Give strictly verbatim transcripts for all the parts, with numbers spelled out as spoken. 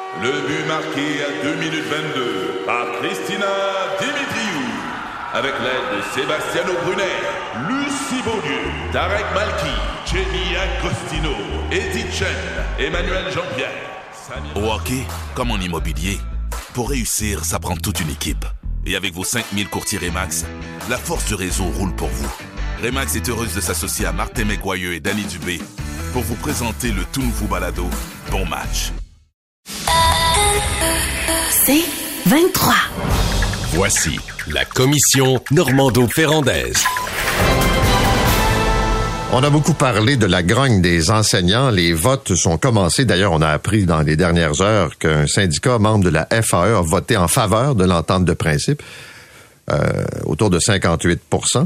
Le but marqué à deux minutes vingt-deux par Christina Dimitriou. Avec l'aide de Sebastiano Brunet, Lucie Beaulieu, Tarek Malki, Jenny Agostino, Edith Chen, Emmanuel Jean-Pierre. Samir... Au hockey, comme en immobilier, pour réussir, ça prend toute une équipe. Et avec vos cinq mille courtiers Remax, la force du réseau roule pour vous. Remax est heureuse de s'associer à Martin McGuire et Danny Dubé pour vous présenter le tout nouveau balado Bon Match. C'est vingt-trois. Voici la commission Normando-Ferrandaise. On a beaucoup parlé de la grogne des enseignants. Les votes sont commencés. D'ailleurs, on a appris dans les dernières heures qu'un syndicat membre de la F A E a voté en faveur de l'entente de principe, euh, autour de cinquante-huit pour cent.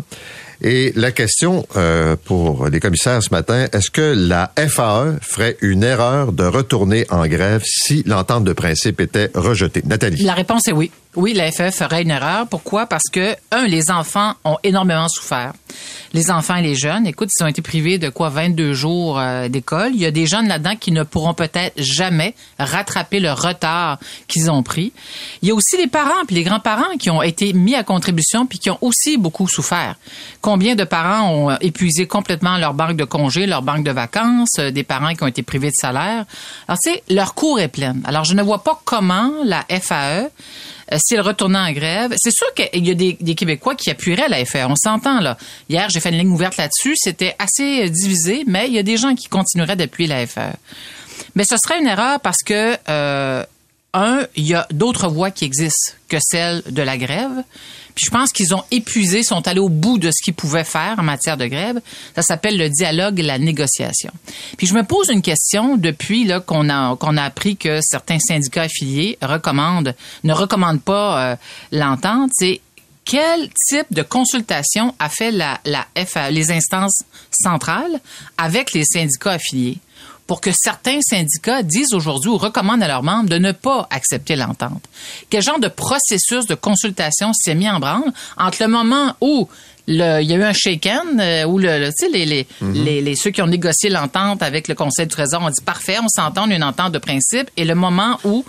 Et la question euh, pour les commissaires ce matin, est-ce que la F A E ferait une erreur de retourner en grève si l'entente de principe était rejetée? Nathalie. La réponse est oui. Oui, la F A E ferait une erreur. Pourquoi? Parce que, un, les enfants ont énormément souffert. Les enfants et les jeunes, écoute, ils ont été privés de quoi, vingt-deux jours euh, d'école. Il y a des jeunes là-dedans qui ne pourront peut-être jamais rattraper le retard qu'ils ont pris. Il y a aussi les parents puis les grands-parents qui ont été mis à contribution puis qui ont aussi beaucoup souffert. Combien de parents ont épuisé complètement leur banque de congés, leur banque de vacances, euh, des parents qui ont été privés de salaire. Alors, tu sais, leur cour est pleine. Alors, je ne vois pas comment la F A E Euh, s'il retournait en grève, c'est sûr qu'il y a des, des Québécois qui appuieraient la F A E. On s'entend, là. Hier, j'ai fait une ligne ouverte là-dessus. C'était assez divisé, mais il y a des gens qui continueraient d'appuyer la F A E. Mais ce serait une erreur parce que, euh, un, il y a d'autres voies qui existent que celle de la grève. Puis je pense qu'ils ont épuisé, sont allés au bout de ce qu'ils pouvaient faire en matière de grève. Ça s'appelle le dialogue et la négociation. Puis je me pose une question depuis là qu'on a qu'on a appris que certains syndicats affiliés recommandent ne recommandent pas euh, l'entente. C'est quel type de consultation a fait la la F A E, les instances centrales avec les syndicats affiliés, pour que certains syndicats disent aujourd'hui ou recommandent à leurs membres de ne pas accepter l'entente? Quel genre de processus de consultation s'est mis en branle entre le moment où le, il y a eu un shake-hand, euh, où le, le, tu sais, les, les, mm-hmm. les, les, ceux qui ont négocié l'entente avec le Conseil du Trésor ont dit parfait, on s'entend, une entente de principe, et le moment où,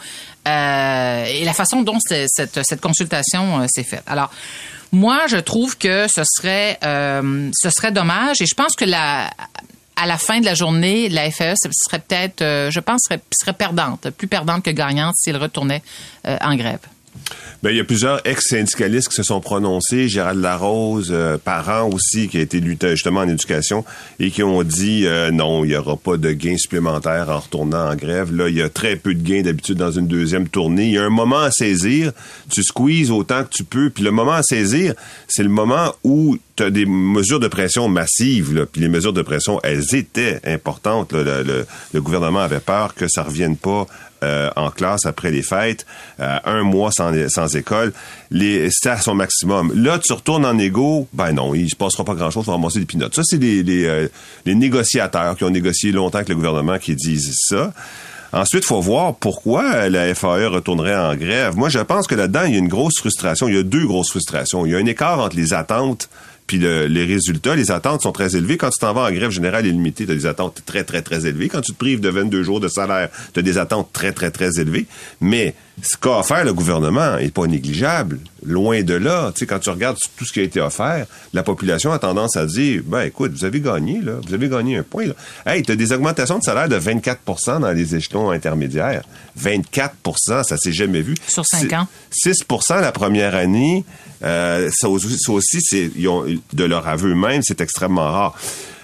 euh, et la façon dont cette, cette, cette consultation euh, s'est faite. Alors, moi, je trouve que ce serait, euh, ce serait dommage, et je pense que la, à la fin de la journée, la F A E serait peut-être, euh, je pense, serait, serait perdante, plus perdante que gagnante s'il retournait euh, en grève. Ben, il y a plusieurs ex-syndicalistes qui se sont prononcés, Gérald Larose, euh, parent aussi, qui a été lutté justement en éducation, et qui ont dit euh, non, il n'y aura pas de gains supplémentaires en retournant en grève. Là, il y a très peu de gains d'habitude dans une deuxième tournée. Il y a un moment à saisir, tu squeezes autant que tu peux, puis le moment à saisir, c'est le moment où tu as des mesures de pression massives, là, puis les mesures de pression, elles étaient importantes. Là, le, le, le gouvernement avait peur que ça revienne pas Euh, en classe après les fêtes, euh, un mois sans, sans école, les, c'était à son maximum. Là, tu retournes en égo, ben non, il se passera pas grand-chose, on va ramasser des pinottes. Ça, c'est les, les, euh, les négociateurs qui ont négocié longtemps avec le gouvernement qui disent ça. Ensuite, il faut voir pourquoi la F A E retournerait en grève. Moi, je pense que là-dedans, il y a une grosse frustration. Il y a deux grosses frustrations. Il y a un écart entre les attentes puis le, les résultats. Les attentes sont très élevées. Quand tu t'en vas en grève générale illimitée, tu as des attentes très, très, très élevées. Quand tu te prives de vingt-deux jours de salaire, tu as des attentes très, très, très élevées. Mais ce qu'a offert le gouvernement n'est pas négligeable. Loin de là. Tu sais, quand tu regardes tout ce qui a été offert, la population a tendance à dire, ben écoute, vous avez gagné, là. Vous avez gagné un point, là. Hey, tu as des augmentations de salaire de vingt-quatre pour cent dans les échelons intermédiaires. vingt-quatre pour cent, ça s'est jamais vu. Sur cinq ans. six pour cent la première année. Euh, ça aussi, ça aussi c'est, ils ont, de leur aveu eux-mêmes, c'est extrêmement rare.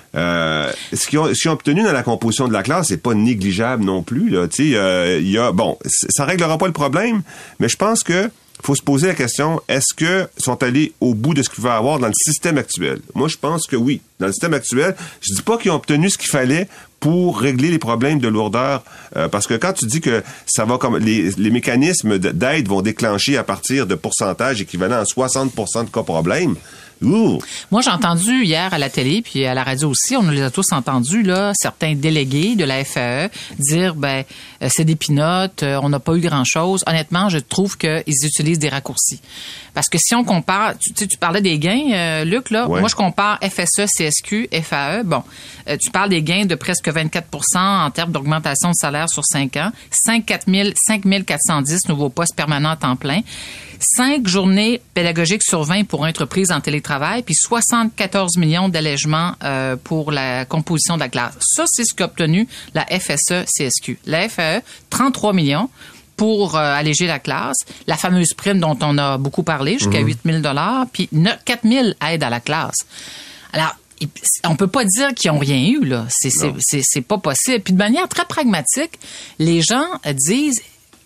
Euh, ce qu'ils ont, ce qu'ils ont obtenu dans la composition de la classe, c'est pas négligeable non plus, là. Tu sais, euh, il y a, bon, ça réglera pas le problème, mais je pense que faut se poser la question, est-ce que sont allés au bout de ce qu'il va avoir dans le système actuel? Moi, je pense que oui. Dans le système actuel, je dis pas qu'ils ont obtenu ce qu'il fallait pour régler les problèmes de lourdeur, euh, parce que quand tu dis que ça va comme les, les mécanismes d'aide vont déclencher à partir de pourcentages équivalents à soixante pour cent de cas problèmes. Ouh. Moi, j'ai entendu hier à la télé puis à la radio aussi, on nous les a tous entendus, là, certains délégués de la F A E dire, ben, euh, c'est des pinottes, euh, on n'a pas eu grand-chose. Honnêtement, je trouve qu'ils utilisent des raccourcis. Parce que si on compare, tu, tu parlais des gains, euh, Luc, là, ouais. Moi, je compare F S E, C S Q, F A E, bon, euh, tu parles des gains de presque vingt-quatre pour cent en termes d'augmentation de salaire sur cinq ans, cinq mille quatre cent dix nouveaux postes permanents à temps plein, cinq journées pédagogiques sur vingt pour être prises en télétravail, puis soixante-quatorze millions d'allègements euh, pour la composition de la classe. Ça, c'est ce qu'a obtenu la F S E C S Q. La F A E, trente-trois millions pour euh, alléger la classe. La fameuse prime dont on a beaucoup parlé, jusqu'à mmh. huit mille dollars, puis quatre mille aides à la classe. Alors, on peut pas dire qu'ils ont rien eu, là. C'est, c'est, c'est, c'est pas possible. Puis de manière très pragmatique, les gens disent,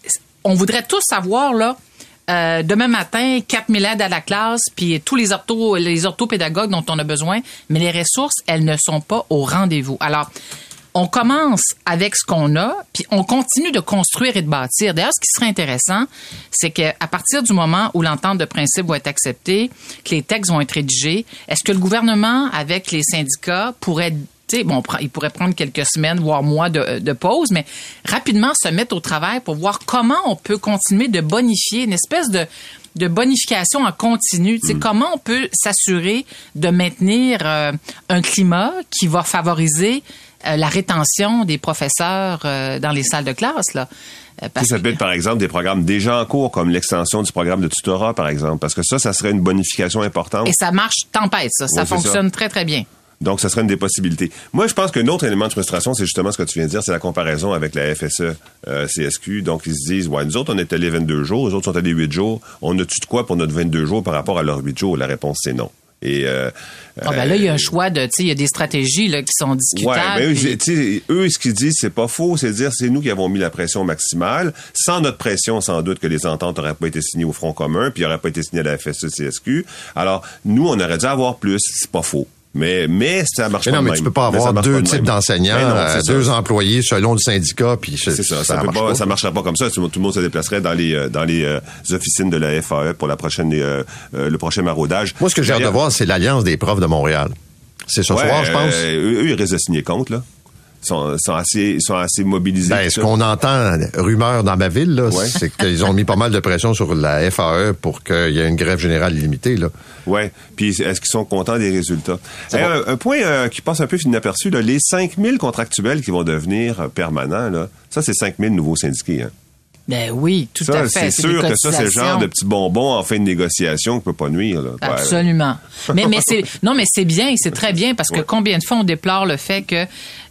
on voudrait tous savoir, là, euh, demain matin, quatre mille aides à la classe, puis tous les ortho, les orthopédagogues dont on a besoin, mais les ressources, elles ne sont pas au rendez-vous. Alors, on commence avec ce qu'on a, puis on continue de construire et de bâtir. D'ailleurs, ce qui serait intéressant, c'est qu'à partir du moment où l'entente de principe va être acceptée, que les textes vont être rédigés, est-ce que le gouvernement, avec les syndicats, pourrait, tu sais, bon, il pourrait prendre quelques semaines, voire mois de, de pause, mais rapidement se mettre au travail pour voir comment on peut continuer de bonifier une espèce de de bonification en continu. Tu sais, mmh. comment on peut s'assurer de maintenir euh, un climat qui va favoriser euh, la rétention des professeurs euh, dans les salles de classe, là. Euh, parce ça peut être, par exemple, des programmes déjà en cours, comme l'extension du programme de tutorat, par exemple, parce que ça, ça serait une bonification importante. Et ça marche tempête, ça. Ça ouais, fonctionne ça. très, très bien. Donc, ça serait une des possibilités. Moi, je pense qu'un autre élément de frustration, c'est justement ce que tu viens de dire, c'est la comparaison avec la F S E euh, C S Q. Donc, ils se disent, ouais, nous autres, on est allés vingt-deux jours, eux autres sont allés huit jours. On a-tu de quoi pour notre vingt-deux jours par rapport à leurs huit jours? La réponse, c'est non. Et euh, ah ben là, il y a un choix de, tu sais, il y a des stratégies là qui sont discutables. Ouais, mais puis... tu sais, eux, ce qu'ils disent, c'est pas faux, c'est de dire, c'est nous qui avons mis la pression maximale. Sans notre pression, sans doute que les ententes n'auraient pas été signées au Front commun, puis n'auraient pas été signées à la F S E C S Q. Alors, nous, on aurait dû avoir plus. C'est pas faux. Mais, mais ça marche mais pas non, de mais même. tu peux pas avoir deux types d'enseignants, non, euh, deux employés selon le syndicat, puis c'est ça. Ça, ça, peut pas, pas, ça marcherait pas comme ça. Tout le monde se déplacerait dans les dans les euh, officines de la F A E pour la prochaine euh, euh, le prochain maraudage. Moi, ce que j'ai hâte de voir, c'est l'Alliance des profs de Montréal. C'est ce ouais, soir, je pense. Euh, eux, eux, ils risquent de signer contre, là. Ils sont, sont assez, sont assez mobilisés. Ben, ce qu'on entend, rumeur dans ma ville, là, ouais. c'est qu'ils ont mis pas mal de pression sur la F A E pour qu'il y ait une grève générale illimitée, là. Ouais. Puis, est-ce qu'ils sont contents des résultats? Et un, un point euh, qui passe un peu inaperçu, là, les cinq mille contractuels qui vont devenir euh, permanents, là, ça, c'est cinq mille nouveaux syndiqués, hein. Ben oui, tout ça, à fait. C'est, c'est sûr que ça, c'est le genre de petits bonbons en fin de négociation qui peut pas nuire. Là. Absolument. mais mais c'est non, mais c'est bien, c'est très bien parce que ouais. combien de fois on déplore le fait que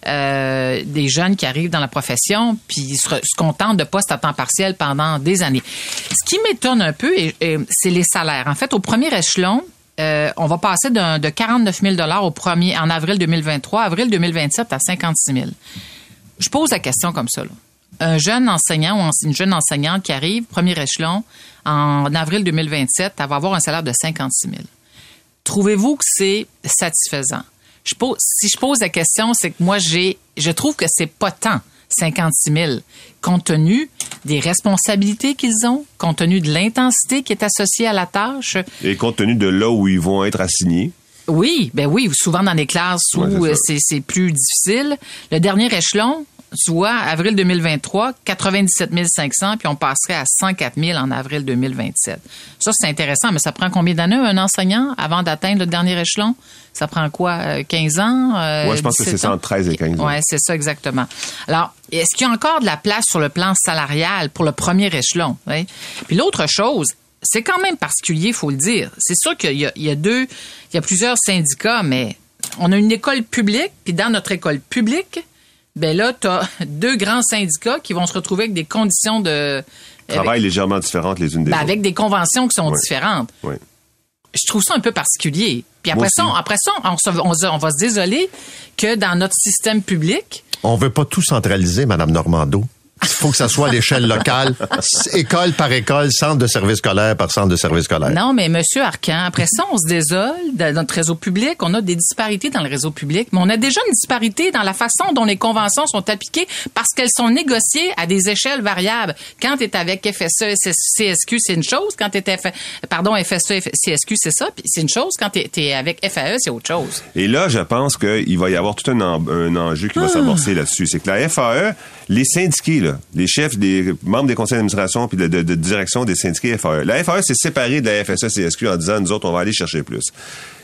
euh, des jeunes qui arrivent dans la profession puis ils se, se contentent de postes à temps partiel pendant des années. Ce qui m'étonne un peu, et, et, c'est les salaires. En fait, au premier échelon, euh, on va passer d'un, de quarante-neuf mille dollars au premier en avril deux mille vingt-trois, avril deux mille vingt-sept à cinquante-six mille. Je pose la question comme ça, là. Un jeune enseignant ou une jeune enseignante qui arrive, premier échelon, en avril deux mille vingt-sept, elle va avoir un salaire de cinquante-six mille. Trouvez-vous que c'est satisfaisant? Je pose, si je pose la question, c'est que moi, j'ai, je trouve que c'est pas tant, cinquante-six mille, compte tenu des responsabilités qu'ils ont, compte tenu de l'intensité qui est associée à la tâche. Et compte tenu de là où ils vont être assignés. Oui, ben oui, souvent dans des classes où ouais, c'est, c'est, c'est plus difficile. Le dernier échelon, tu vois, avril deux mille vingt-trois, quatre-vingt-dix-sept mille cinq cents, puis on passerait à cent quatre mille en avril deux mille vingt-sept. Ça, c'est intéressant, mais ça prend combien d'années un enseignant avant d'atteindre le dernier échelon? Ça prend quoi, quinze ans? Euh, oui, je pense que c'est entre treize et quinze ans. Oui, c'est ça, exactement. Alors, est-ce qu'il y a encore de la place sur le plan salarial pour le premier échelon? Oui? Puis l'autre chose, c'est quand même particulier, il faut le dire. C'est sûr qu'il y a, il y a deux, il y a plusieurs syndicats, mais on a une école publique, puis dans notre école publique, ben là, tu as deux grands syndicats qui vont se retrouver avec des conditions de... Travail avec, légèrement différentes les unes des ben autres. Avec des conventions qui sont oui. différentes. Oui. Je trouve ça un peu particulier. Puis après ça, après ça, on, se, on, on va se désoler que dans notre système public... On veut pas tout centraliser, Mme Normando. Il faut que ça soit à l'échelle locale, école par école, centre de service scolaire par centre de service scolaire. Non, mais Monsieur Arcan, après ça, on se désole de notre réseau public. On a des disparités dans le réseau public, mais on a déjà une disparité dans la façon dont les conventions sont appliquées parce qu'elles sont négociées à des échelles variables. Quand tu es avec F S E, C S Q, c'est une chose. Quand tu es F... pardon, F S E, C S Q, c'est ça, puis c'est une chose. Quand tu es avec F A E, c'est autre chose. Et là, je pense qu'il va y avoir tout un, en... un enjeu qui va ah. s'amorcer là-dessus. C'est que la F A E, les syndiqués, là, les chefs, des membres des conseils d'administration puis de, de, de direction des syndiqués F A E. La F A E s'est séparée de la F S E C S Q en disant, nous autres, on va aller chercher plus.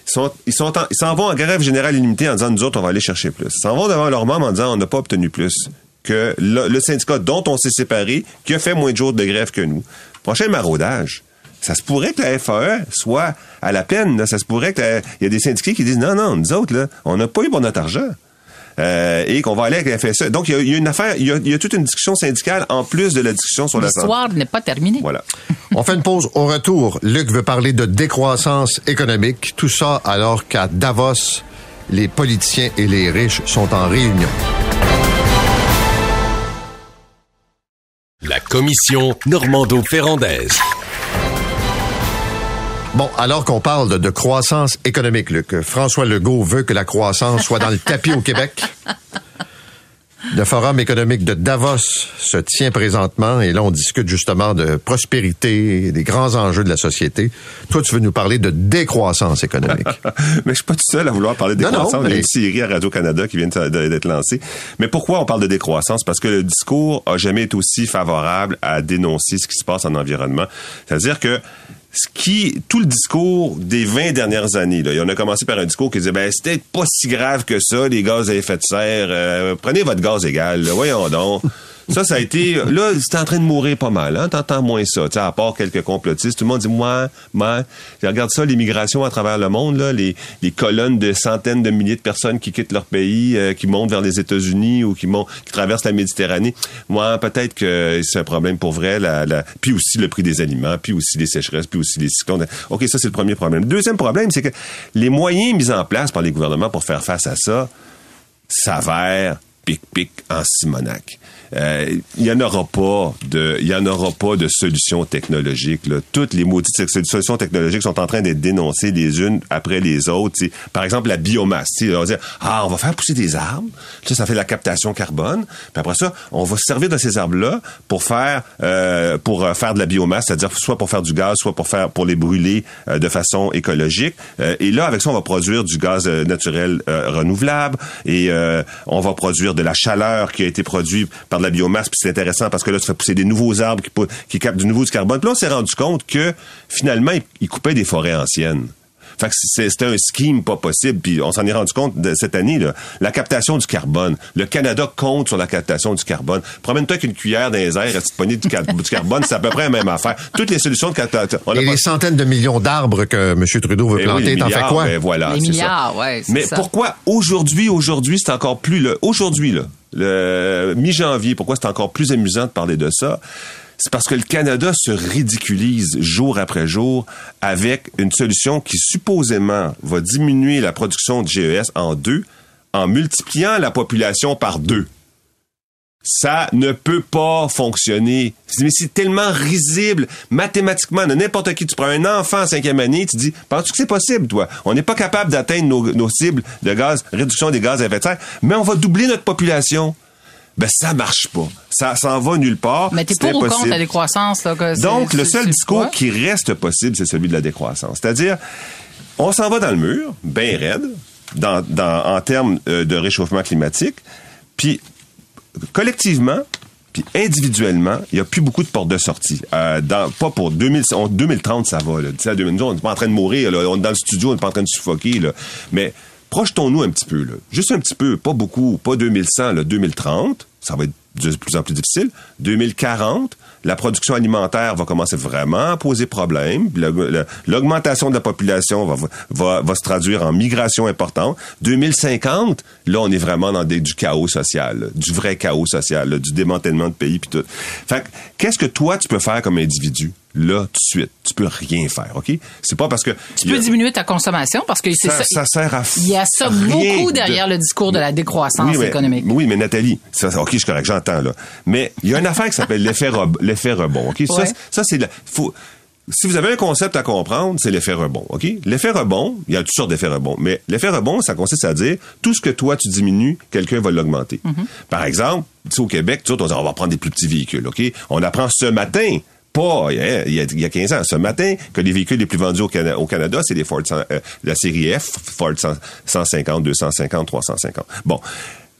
sont, ils sont en, ils s'en vont en grève générale illimitée en disant, nous autres, on va aller chercher plus. Ils s'en vont devant leurs membres en disant, on n'a pas obtenu plus que le, le syndicat dont on s'est séparé, qui a fait moins de jours de grève que nous. Prochain maraudage. Ça se pourrait que la F A E soit à la peine, là. Ça se pourrait que la, il y a des syndiqués qui disent, non, non, nous autres, là, on n'a pas eu pour notre argent. Euh, et qu'on va aller avec la F S E. Donc, il y a, il y a une affaire, il y a, il y a toute une discussion syndicale en plus de la discussion sur la santé. L'histoire n'est pas terminée. Voilà. On fait une pause. Au retour, Luc veut parler de décroissance économique. Tout ça alors qu'à Davos, les politiciens et les riches sont en réunion. La commission Normando-Ferrandaise. Bon, alors qu'on parle de, de croissance économique, Luc, François Legault veut que la croissance soit dans le tapis au Québec. Le Forum économique de Davos se tient présentement et là, on discute justement de prospérité, des grands enjeux de la société. Toi, tu veux nous parler de décroissance économique. Mais je suis pas tout seul à vouloir parler de décroissance. Non, non, mais... Il y a mais... une série à Radio-Canada qui vient d'être lancée. Mais pourquoi on parle de décroissance? Parce que le discours a jamais été aussi favorable à dénoncer ce qui se passe en environnement. C'est-à-dire que ce qui, tout le discours des vingt dernières années, là, on a commencé par un discours qui disait, ben, c'était pas si grave que ça, les gaz à effet de serre, euh, prenez votre gaz égal, là, voyons donc. Ça, ça a été, là, c'est en train de mourir pas mal, hein, t'entends moins ça, tu sais, à part quelques complotistes, tout le monde dit, moi, moi, regarde ça, l'immigration à travers le monde, là, les, les colonnes de centaines de milliers de personnes qui quittent leur pays, euh, qui montent vers les États-Unis ou qui montent, qui traversent la Méditerranée. Moi, peut-être que c'est un problème pour vrai, la, la, puis aussi le prix des aliments, puis aussi les sécheresses, puis aussi les cyclones. OK, ça, c'est le premier problème. Le deuxième problème, c'est que les moyens mis en place par les gouvernements pour faire face à ça s'avèrent pic-pic en Simonac. Il euh, y en aura pas de, il y en aura pas de solutions technologiques, là. Toutes les maudites solutions technologiques sont en train d'être dénoncées les unes après les autres. T'sais. Par exemple, la biomasse. T'sais, on va dire, ah, on va faire pousser des arbres. Ça, ça fait de la captation carbone. Puis après ça, on va se servir de ces arbres-là pour faire, euh, pour faire de la biomasse, c'est-à-dire soit pour faire du gaz, soit pour faire, pour les brûler euh, de façon écologique. Euh, et là, avec ça, on va produire du gaz euh, naturel euh, renouvelable et euh, on va produire de la chaleur qui a été produite par de la biomasse, puis c'est intéressant parce que là, tu fais pousser des nouveaux arbres qui, qui captent du nouveau du carbone. Puis là, on s'est rendu compte que, finalement, ils, ils coupaient des forêts anciennes. Fait que c'était un scheme pas possible, puis on s'en est rendu compte de cette année, là. La captation du carbone. Le Canada compte sur la captation du carbone. Promène-toi avec une cuillère dans les airs, et tu te pognes du, car- du carbone, c'est à peu près la même affaire. Toutes les solutions de captation. Et les pas... centaines de millions d'arbres que M. Trudeau veut ben planter, oui, t'en fais quoi? Ben voilà, les c'est milliards, ça. ouais, c'est Mais ça. pourquoi aujourd'hui, aujourd'hui, c'est encore plus le, aujourd'hui, là, le mi-janvier, pourquoi c'est encore plus amusant de parler de ça? C'est parce que le Canada se ridiculise jour après jour avec une solution qui supposément va diminuer la production de G E S en deux en multipliant la population par deux. Ça ne peut pas fonctionner. Mais c'est tellement risible, mathématiquement, de n'importe qui. Tu prends un enfant en cinquième année, tu dis, penses-tu que c'est possible, toi? On n'est pas capable d'atteindre nos, nos cibles de gaz, réduction des gaz à effet de serre, mais on va doubler notre population. Ben, ça marche pas. Ça s'en va nulle part. Mais t'es pour ou contre la décroissance, là? Que Donc, le seul discours quoi? qui reste possible, c'est celui de la décroissance. C'est-à-dire, on s'en va dans le mur, bien raide, dans, dans, en termes euh, de réchauffement climatique, puis collectivement, puis individuellement, il n'y a plus beaucoup de portes de sortie. Euh, dans, pas pour deux mille, on, deux mille trente, ça va. Là. D'ici à deux mille, nous, on n'est pas en train de mourir. Là. On est dans le studio, on n'est pas en train de suffoquer. Là. Mais projetons-nous un petit peu. Là. Juste un petit peu, pas beaucoup, pas deux mille cent, là, deux mille trente. Ça va être de plus en plus difficile. deux mille quarante, la production alimentaire va commencer vraiment à poser problème. L'augmentation de la population va, va, va se traduire en migration importante. deux mille cinquante, là, on est vraiment dans des, du chaos social, là, du vrai chaos social, là, du démantèlement de pays puis tout. Fait que, qu'est-ce que toi, tu peux faire comme individu? Là, tout de suite, tu peux rien faire, OK? C'est pas parce que... Tu peux a, diminuer ta consommation parce que c'est ça, ça. Ça sert à Il y a ça beaucoup derrière de... le discours de la décroissance oui, mais, économique. Oui, mais Nathalie, ça, OK, je suis correct, j'entends, là. Mais il y a une affaire qui s'appelle l'effet, re, l'effet rebond, OK? Ouais. Ça, ça, c'est... La, faut, si vous avez un concept à comprendre, c'est l'effet rebond, OK? L'effet rebond, il y a toutes sortes d'effets rebond, mais l'effet rebond, ça consiste à dire, tout ce que toi, tu diminues, quelqu'un va l'augmenter. Mm-hmm. Par exemple, au Québec, tu vois, on va prendre des plus petits véhicules, OK? On apprend ce matin... Pas il y, a, il y a quinze ans, ce matin, que les véhicules les plus vendus au Canada, au Canada c'est les Ford, euh, la série F, Ford cent cinquante, deux cent cinquante, trois cent cinquante. Bon.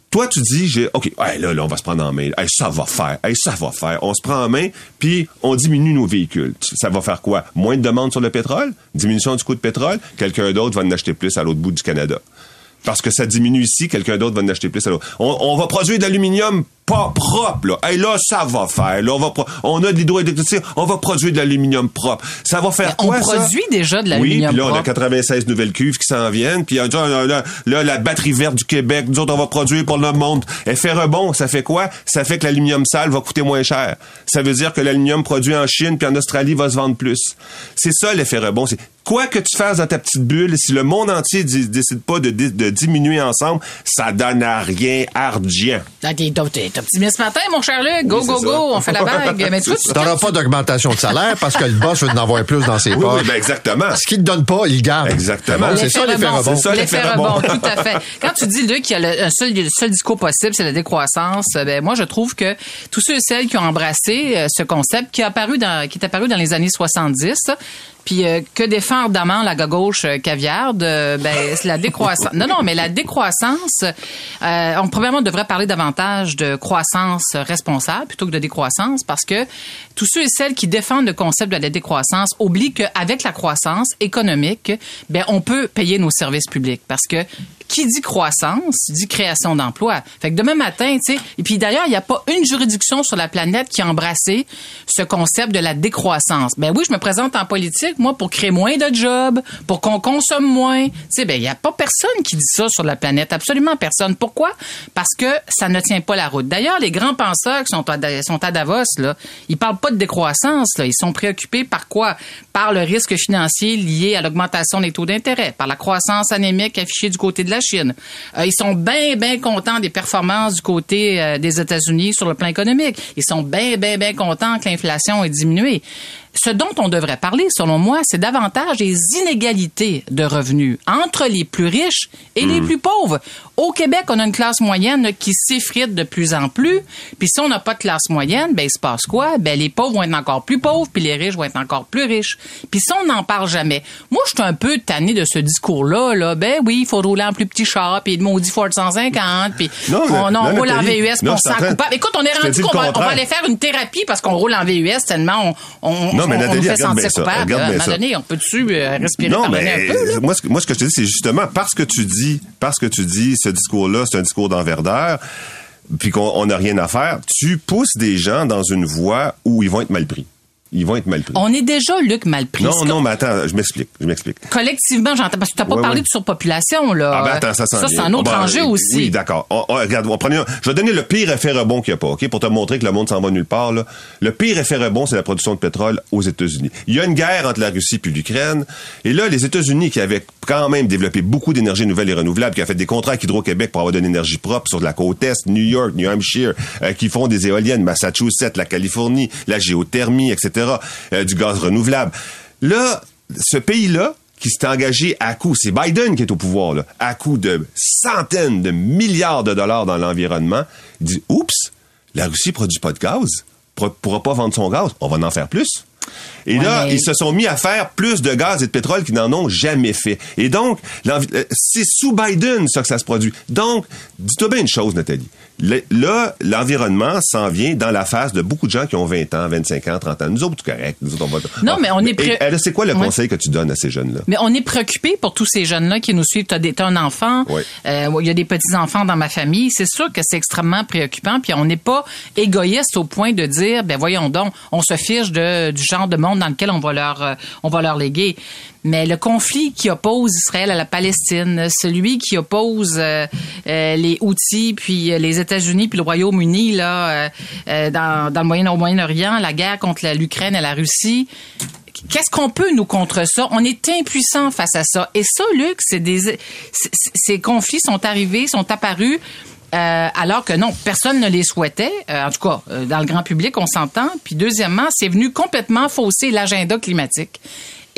Toi, tu dis, j'ai, OK, hey, là, là, on va se prendre en main. Hey, ça va faire. Hey, ça va faire. On se prend en main, puis on diminue nos véhicules. Ça va faire quoi? Moins de demandes sur le pétrole? Diminution du coût de pétrole? Quelqu'un d'autre va en acheter plus à l'autre bout du Canada. Parce que ça diminue ici, quelqu'un d'autre va en acheter plus à l'autre. On, on va produire de l'aluminium pas propre, là. Hey, là, ça va faire. Là, on va pro- on a de l'hydroélectricité, on va produire de l'aluminium propre. Ça va faire Mais quoi, on ça? produit déjà de l'aluminium Oui, puis là, propre. on a quatre-vingt-seize nouvelles cuves qui s'en viennent. Puis là, là, là, la batterie verte du Québec, nous autres, on va produire pour le monde. Effet rebond, ça fait quoi? Ça fait que l'aluminium sale va coûter moins cher. Ça veut dire que l'aluminium produit en Chine puis en Australie va se vendre plus. C'est ça, l'effet rebond. C'est quoi que tu fasses dans ta petite bulle, si le monde entier d- décide pas de, de, de diminuer ensemble, ça donne à rien argent. Ah, t'es, t'es, t'es optimiste ce matin, mon cher Luc. Go, Oui, go, c'est go. ça. On fait la vague. Mais tu vois, tu T'auras pas d'augmentation de salaire parce que le boss veut en avoir plus dans ses Oui, poches. oui, ben exactement. Ce qu'il te donne pas, il le garde. Exactement. C'est ça, l'effet rebond. C'est ça, l'effet L'effet rebond. rebond, tout à fait. Quand tu dis, Luc, qu'il y a le, un seul, le seul discours possible, c'est la décroissance, ben, moi, je trouve que tous ceux et celles qui ont embrassé euh, ce concept qui est apparu dans, qui est apparu dans les années soixante-dix, puis euh, que défend ardemment la gauche euh, caviarde, euh, ben, c'est la décroissance. Non, non, mais la décroissance, euh, on probablement devrait parler davantage de croissance responsable plutôt que de décroissance parce que tous ceux et celles qui défendent le concept de la décroissance oublient qu'avec la croissance économique, ben, on peut payer nos services publics parce que qui dit croissance dit création d'emplois. Fait que demain matin, tu sais, et puis d'ailleurs, il n'y a pas une juridiction sur la planète qui a embrassé ce concept de la décroissance. Ben oui, je me présente en politique, moi, pour créer moins de jobs, pour qu'on consomme moins. Tu sais, ben il n'y a pas personne qui dit ça sur la planète, absolument personne. Pourquoi? Parce que ça ne tient pas la route. D'ailleurs, les grands penseurs qui sont à, sont à Davos, là, ils parlent pas de décroissance, là. Ils sont préoccupés par quoi? Par le risque financier lié à l'augmentation des taux d'intérêt, par la croissance anémique affichée du côté de la Chine. Euh, ils sont bien, bien contents des performances du côté euh, des États-Unis sur le plan économique. Ils sont bien, bien, bien contents que l'inflation ait diminué. Ce dont on devrait parler, selon moi, c'est davantage des inégalités de revenus entre les plus riches et mmh. les plus pauvres. Au Québec, on a une classe moyenne qui s'effrite de plus en plus. Puis si on n'a pas de classe moyenne, ben il se passe quoi? Ben les pauvres vont être encore plus pauvres, puis les riches vont être encore plus riches. Puis ça, on n'en parle jamais. Moi, je suis un peu tannée de ce discours-là. Là. Ben oui, il faut rouler en plus petit char, puis le maudit Ford cent cinquante, puis non, on, on non, roule Nathalie, en V U S, puis on se sent coupable. Écoute, on est rendu qu'on va, on va aller faire une thérapie parce qu'on roule en V U S tellement on, on, non, mais on, Nathalie, on nous fait sentir ça, coupable. À un moment donné, on peut-tu euh, respirer non, par mais un peu? Là? Moi, ce, moi, ce que je te dis, c'est justement parce que tu dis, parce que tu dis, ce discours-là, c'est un discours d'envergure, puis qu'on n'a rien à faire, tu pousses des gens dans une voie où ils vont être mal pris. Ils vont être mal pris. On est déjà, Luc, mal pris. Non, non, mais attends, je m'explique, je m'explique. Collectivement, j'entends, parce que tu n'as pas ouais, parlé ouais. de surpopulation, là. Ah ben attends, ça s'en Ça, vient. c'est un autre Bon, enjeu euh, aussi. Oui, d'accord. On, on, regarde, on prenait un, je vais donner le pire effet rebond qu'il n'y a pas, OK, pour te montrer que le monde s'en va nulle part, là. Le pire effet rebond, c'est la production de pétrole aux États-Unis. Il y a une guerre entre la Russie et l'Ukraine, et là, les États-Unis, qui avaient quand même développé beaucoup d'énergie nouvelle et renouvelable, qui a fait des contrats avec Hydro-Québec pour avoir de l'énergie propre sur la côte Est, New York, New Hampshire, euh, qui font des éoliennes, Massachusetts, la Californie, la géothermie, et cetera, euh, du gaz renouvelable. Là, ce pays-là, qui s'est engagé à coût, c'est Biden qui est au pouvoir, là, à coût de centaines de milliards de dollars dans l'environnement, il dit, oups, la Russie produit pas de gaz, ne pourra pas vendre son gaz, on va en faire plus. Et ouais, là, mais... ils se sont mis à faire plus de gaz et de pétrole qu'ils n'en ont jamais fait. Et donc, c'est sous Biden, ça, que ça se produit. Donc, dis-toi bien une chose, Nathalie. Le, là, l'environnement s'en vient dans la face de beaucoup de gens qui ont vingt ans, vingt-cinq ans, trente ans. Nous autres, tout correct. Nous autres, on va... Non, mais on est... Pré... Et, c'est quoi le ouais. conseil que tu donnes à ces jeunes-là? Mais on est préoccupés pour tous ces jeunes-là qui nous suivent. T'as, des, t'as un enfant, il oui. euh, y a des petits-enfants dans ma famille. C'est sûr que c'est extrêmement préoccupant. Puis on n'est pas égoïste au point de dire, ben voyons donc, on se fiche de, du genre de monde dans lequel on va leur, euh, on va leur léguer. Mais le conflit qui oppose Israël à la Palestine, celui qui oppose euh, euh, les Houthis, puis euh, les États-Unis, puis le Royaume-Uni là, euh, euh, dans, dans le Moyen, au Moyen-Orient, la guerre contre la, l'Ukraine et la Russie. Qu'est-ce qu'on peut, nous, contre ça? On est impuissants face à ça. Et ça, Luc, c'est des, c'est, ces conflits sont arrivés, sont apparus Euh, alors que non, personne ne les souhaitait. Euh, en tout cas, euh, dans le grand public, on s'entend. Puis deuxièmement, c'est venu complètement fausser l'agenda climatique.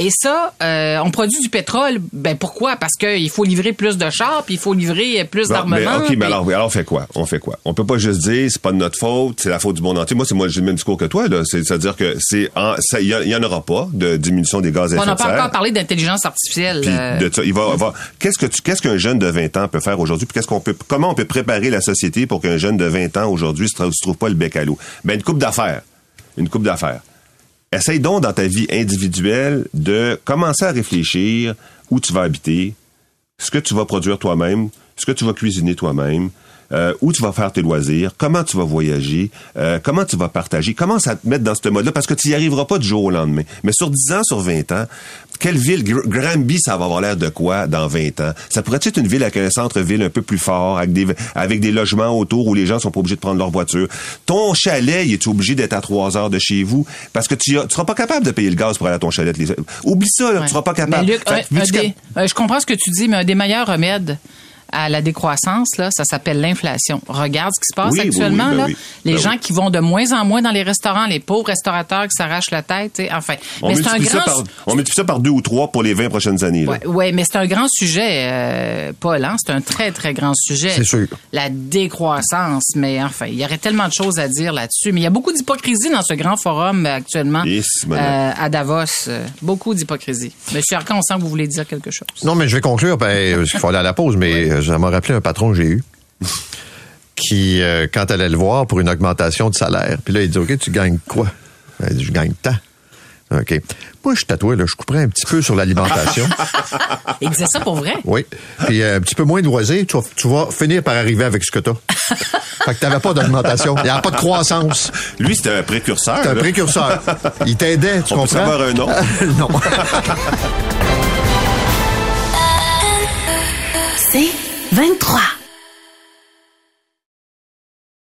Et ça, euh, on produit du pétrole. Ben pourquoi? Parce qu'il faut livrer plus de chars, puis il faut livrer plus bon, d'armement. Mais, OK, puis... mais alors, alors on fait quoi? On fait quoi? On peut pas juste dire c'est pas de notre faute, c'est la faute du monde entier. Moi, c'est moi j'ai le même discours que toi, là. C'est, c'est-à-dire que c'est il y, y en aura pas de diminution des gaz à effet de serre. On n'a pas encore parlé d'intelligence artificielle. Puis euh... de ça, il va, va qu'est-ce que tu, qu'est-ce qu'un jeune de vingt ans peut faire aujourd'hui? Puis qu'est-ce qu'on peut, comment on peut préparer la société pour qu'un jeune de vingt ans aujourd'hui se, se trouve pas le bec à l'eau? Ben, une coupe d'affaires. Une coupe d'affaires. Essaye donc dans ta vie individuelle de commencer à réfléchir où tu vas habiter, ce que tu vas produire toi-même, ce que tu vas cuisiner toi-même, euh, où tu vas faire tes loisirs, comment tu vas voyager, euh, comment tu vas partager. Commence à te mettre dans ce mode-là parce que tu n'y arriveras pas du jour au lendemain. Mais sur dix ans, sur vingt ans, quelle ville, Granby, ça va avoir l'air de quoi dans vingt ans? Ça pourrait être une ville avec un centre-ville un peu plus fort, avec des, avec des logements autour où les gens sont pas obligés de prendre leur voiture. Ton chalet, il est obligé d'être à trois heures de chez vous parce que tu, tu seras pas capable de payer le gaz pour aller à ton chalet. Oublie ça, là, ouais. tu seras pas capable. Mais Luc, fait, un, un des, euh, je comprends ce que tu dis, mais un des meilleurs remèdes à la décroissance, là, ça s'appelle l'inflation. Regarde ce qui se passe oui, actuellement. oui, oui, ben là. oui, les ben gens oui. qui vont de moins en moins dans les restaurants, les pauvres restaurateurs qui s'arrachent la tête. T'sais. Enfin, on mais c'est un grand... Par, on multiplie ça par deux ou trois pour les vingt prochaines années. Oui, ouais, mais c'est un grand sujet, euh, Paul. Hein? C'est un très, très grand sujet. C'est sûr. La décroissance. Mais enfin, il y aurait tellement de choses à dire là-dessus. Mais il y a beaucoup d'hypocrisie dans ce grand forum euh, actuellement yes, euh, à Davos. Euh, beaucoup d'hypocrisie. Monsieur Arcan, on sent que vous voulez dire quelque chose. Non, mais je vais conclure, ben, il faut aller à la pause, mais ouais. Ça m'a rappelé un patron que j'ai eu, qui, euh, quand elle allait le voir pour une augmentation de salaire, puis là, il dit, OK, tu gagnes quoi? Elle dit, je gagne tant. OK. Moi, je suis tatoué, là, je couperais un petit peu sur l'alimentation. Il disait ça pour vrai? Oui. Puis euh, un petit peu moins de loisirs, tu vas, tu vas finir par arriver avec ce que t'as. Fait que t'avais pas d'augmentation. Il n'y avait pas de croissance. Lui, c'était un précurseur. C'était un là. précurseur. Il t'aidait, tu On comprends? peut savoir un nom? Non. C'est vingt-trois.